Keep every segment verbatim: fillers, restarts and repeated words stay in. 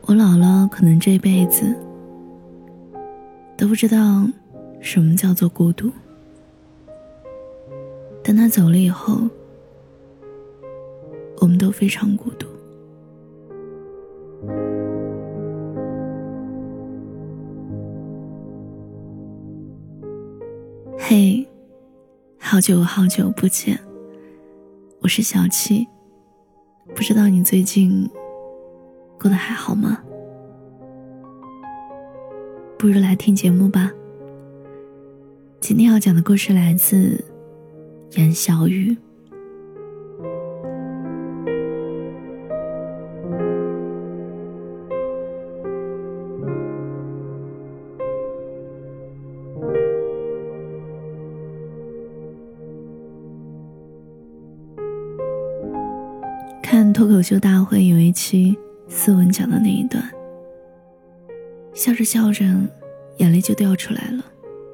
我姥姥可能这辈子都不知道什么叫做孤独，但她走了以后，我们都非常孤独。嘿，好久好久不见，我是小七，不知道你最近过得还好吗？不如来听节目吧。今天要讲的故事来自严小雨。看脱口秀大会有一期思文讲的那一段，笑着笑着眼泪就掉出来了。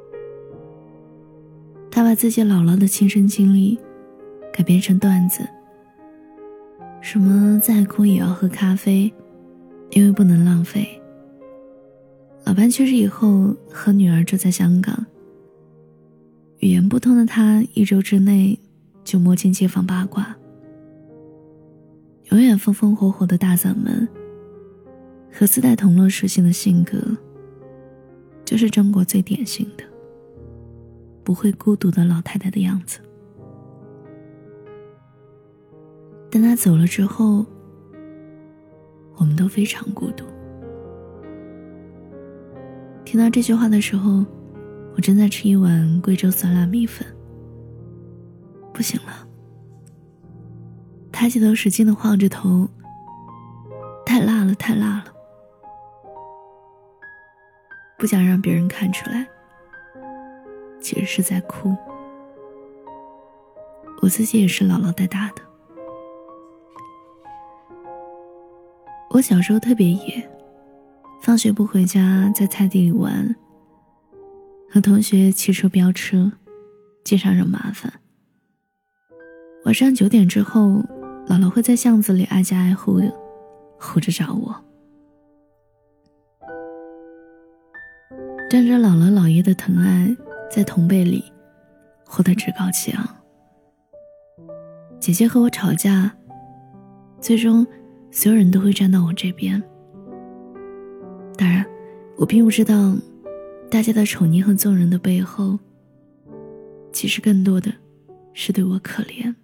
他把自己姥姥的亲身经历改编成段子，什么再苦也要喝咖啡，因为不能浪费。老伴去世以后和女儿住在香港，语言不通的他一周之内就摸清街坊八卦，永远风风火火的大嗓门和自带同乐属性的性格，就是中国最典型的不会孤独的老太太的样子。但她走了之后，我们都非常孤独。听到这句话的时候，我正在吃一碗贵州酸辣米粉，不行了，抬起头使劲地晃着头，太辣了太辣了，不想让别人看出来，其实是在哭。我自己也是姥姥带大的。我小时候特别野，放学不回家，在菜地里玩，和同学骑车飙车，经常惹麻烦。晚上九点之后，姥姥会在巷子里挨家挨户的呼着找我，仗着姥姥姥爷的疼爱，在同辈里活得趾高气昂。姐姐和我吵架，最终所有人都会站到我这边。当然我并不知道大家的宠溺和纵容的背后，其实更多的是对我可怜。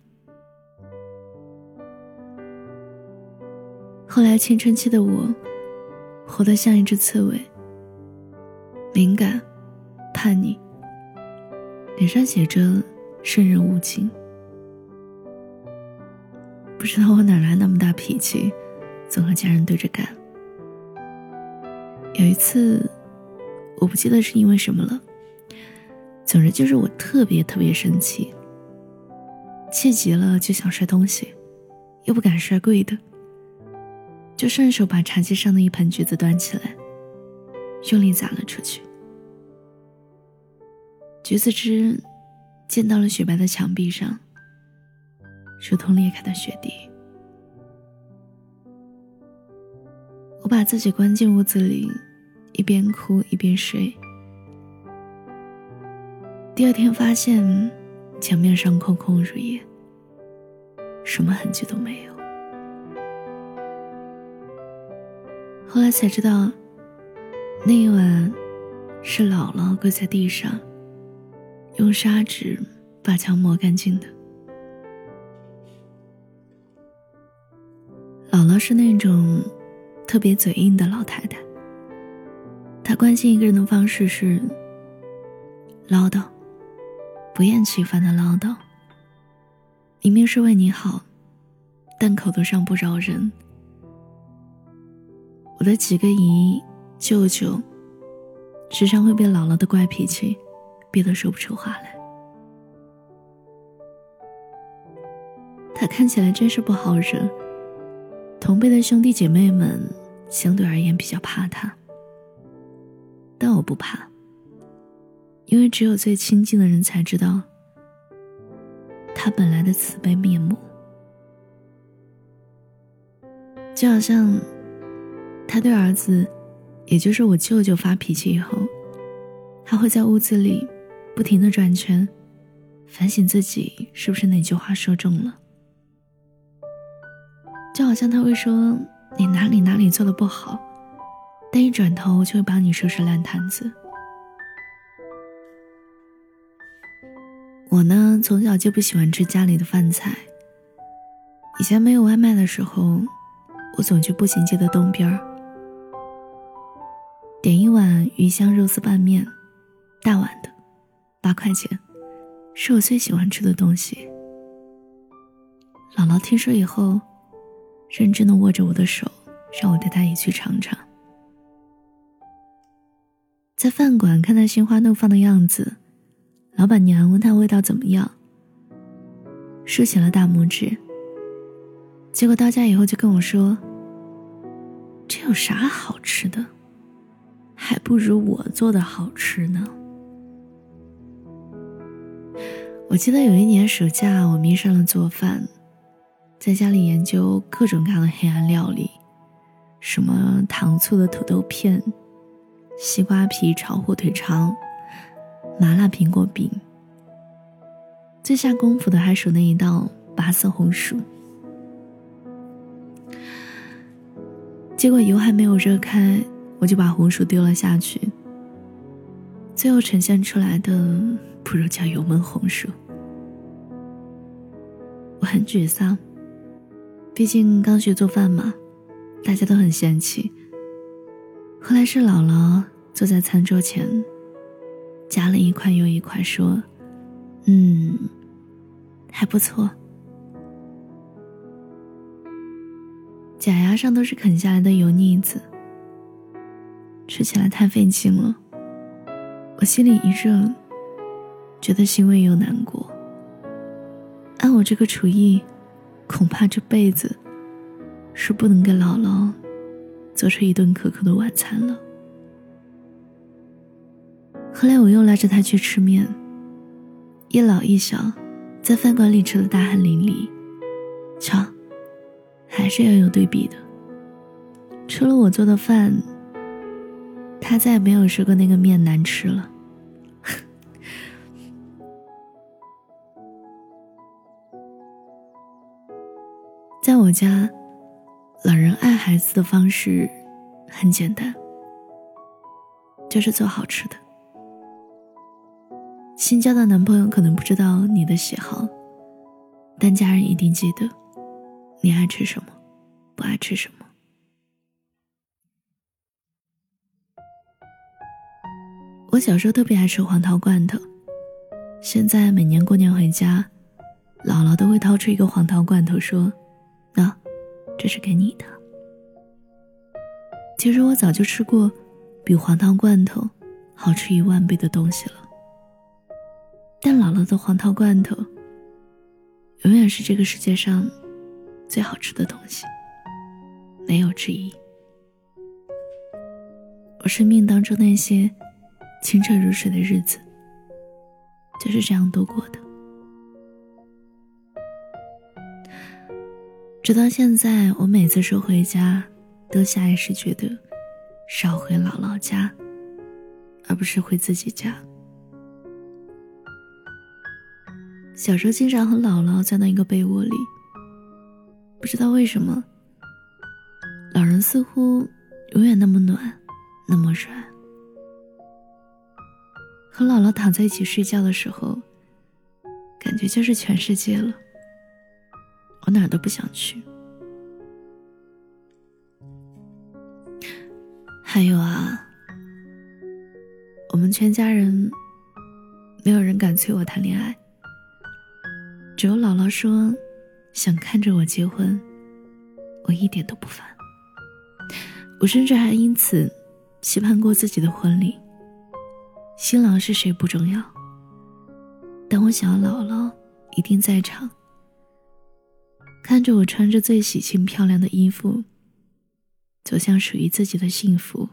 后来青春期的我活得像一只刺猬，敏感叛逆，脸上写着圣人勿近。不知道我哪来那么大脾气，总和家人对着干。有一次我不记得是因为什么了，总之就是我特别特别生气，气急了就想摔东西，又不敢摔贵的，就顺手把茶几上的一盆橘子端起来，用力砸了出去。橘子汁溅到了雪白的墙壁上，如同裂开的雪地。我把自己关进屋子里，一边哭一边睡。第二天发现墙面上空空如也，什么痕迹都没有。后来才知道，那一晚是姥姥跪在地上，用砂纸把墙磨干净的。姥姥是那种特别嘴硬的老太太，她关心一个人的方式是唠叨，不厌其烦的唠叨，明明是为你好，但口头上不饶人。我的几个姨舅舅时常会被姥姥的怪脾气憋得说不出话来。她看起来真是不好惹，同辈的兄弟姐妹们相对而言比较怕她，但我不怕，因为只有最亲近的人才知道她本来的慈悲面目。就好像他对儿子，也就是我舅舅发脾气以后，他会在屋子里不停地转圈，反省自己是不是哪句话说中了。就好像他会说你哪里哪里做得不好，但一转头就会帮你收拾烂摊子。我呢，从小就不喜欢吃家里的饭菜。以前没有外卖的时候，我总去步行街的东边，点一碗鱼香肉丝拌面，大碗的，八块钱，是我最喜欢吃的东西。姥姥听说以后，认真地握着我的手，让我带她一起尝尝。在饭馆看她心花怒放的样子，老板娘问她味道怎么样，竖起了大拇指。结果到家以后就跟我说，这有啥好吃的，还不如我做的好吃呢。我记得有一年暑假，我迷上了做饭，在家里研究各种各样的黑暗料理，什么糖醋的土豆片，西瓜皮炒火腿肠，麻辣苹果饼。最下功夫的还属那一道拔丝红薯。结果油还没有热开，我就把红薯丢了下去，最后呈现出来的不如叫油焖红薯。我很沮丧，毕竟刚学做饭嘛，大家都很嫌弃。后来是姥姥坐在餐桌前，夹了一块又一块，说嗯，还不错。假牙上都是啃下来的油腻子，吃起来太费劲了。我心里一热，觉得欣慰又难过。按我这个厨艺，恐怕这辈子是不能给姥姥做出一顿可口的晚餐了。后来我又拉着她去吃面，一老一小在饭馆里吃得大汗淋漓。瞧，还是要有对比的。吃了我做的饭，他再也没有说过那个面难吃了。在我家，老人爱孩子的方式很简单，就是做好吃的。新交的男朋友可能不知道你的喜好，但家人一定记得你爱吃什么，不爱吃什么。我小时候特别爱吃黄桃罐头，现在每年过年回家，姥姥都会掏出一个黄桃罐头说，那这是给你的。其实我早就吃过比黄桃罐头好吃一万倍的东西了，但姥姥的黄桃罐头永远是这个世界上最好吃的东西，没有之一。我生命当中那些清澈如水的日子，就是这样度过的。直到现在，我每次说回家，都下意识觉得是要回姥姥家，而不是回自己家。小时候经常和姥姥钻到一个被窝里，不知道为什么，老人似乎永远那么暖，那么软。和姥姥躺在一起睡觉的时候，感觉就是全世界了，我哪儿都不想去。还有啊，我们全家人没有人敢催我谈恋爱，只有姥姥说想看着我结婚，我一点都不烦。我甚至还因此期盼过自己的婚礼，新郎是谁不重要，但我想要姥姥一定在场，看着我穿着最喜庆漂亮的衣服，走向属于自己的幸福。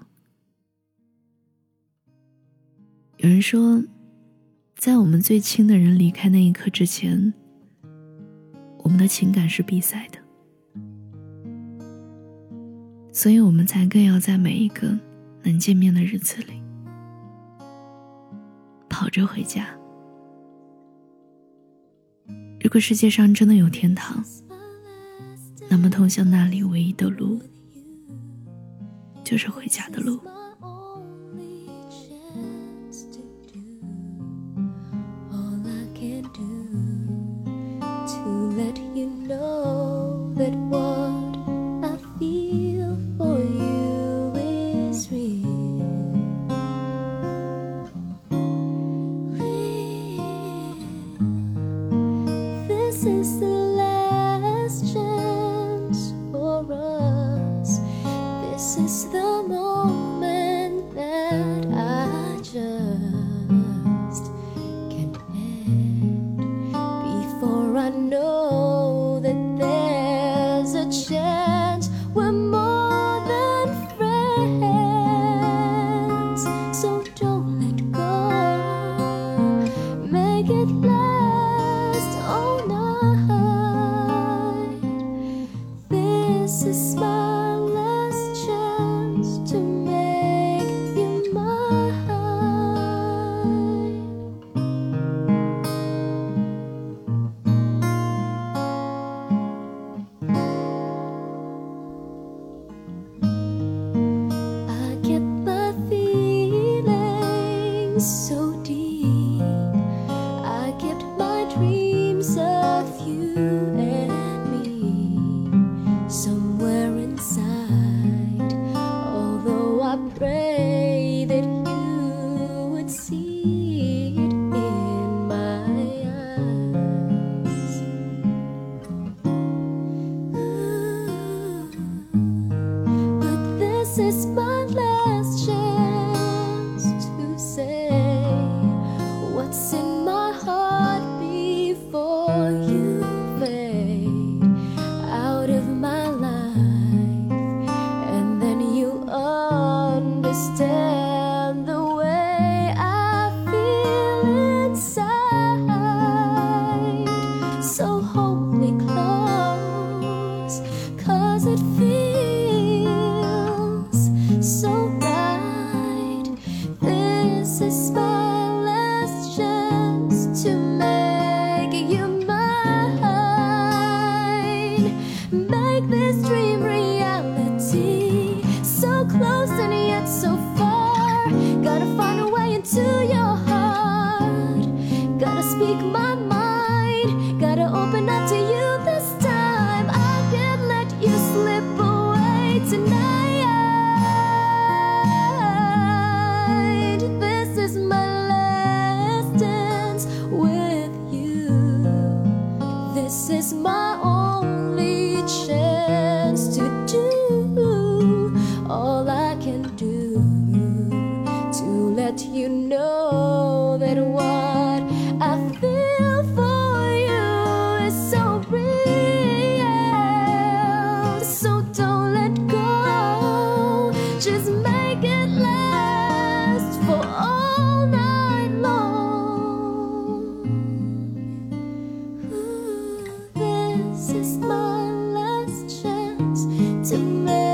有人说，在我们最亲的人离开那一刻之前，我们的情感是比赛的。 所以我们才更要在每一个能见面的日子里跑着回家。如果世界上真的有天堂，那么通向那里唯一的路就是回家的路。 This is the last chance for us. This is the moment that I just can't end before I know that there's a chance we're more than friends. So don't let go, make it last all night. This is my last chance to make you mine. I get my feelings so deep. I kept my dreams of you and me somewhere inside. Although I pray that you would see it in my eyes. But this is my last chance to say what's in my heart before you fade out of my life, and then you understand the way I feel inside. So hold me close, 'cause it feels so right. This is my last chance to make you mine. Make this dream reality. So close and yet so far. Gotta find a way into your heart. Gotta speak my mind. Gotta open up to you this time. I can't let you slip away tonight. This is my last dance with you. This is my only chance to do all I can do to let you know that what I feel for you is so real. So don't let go, just make it last for all night long. Ooh, this is my last chance to make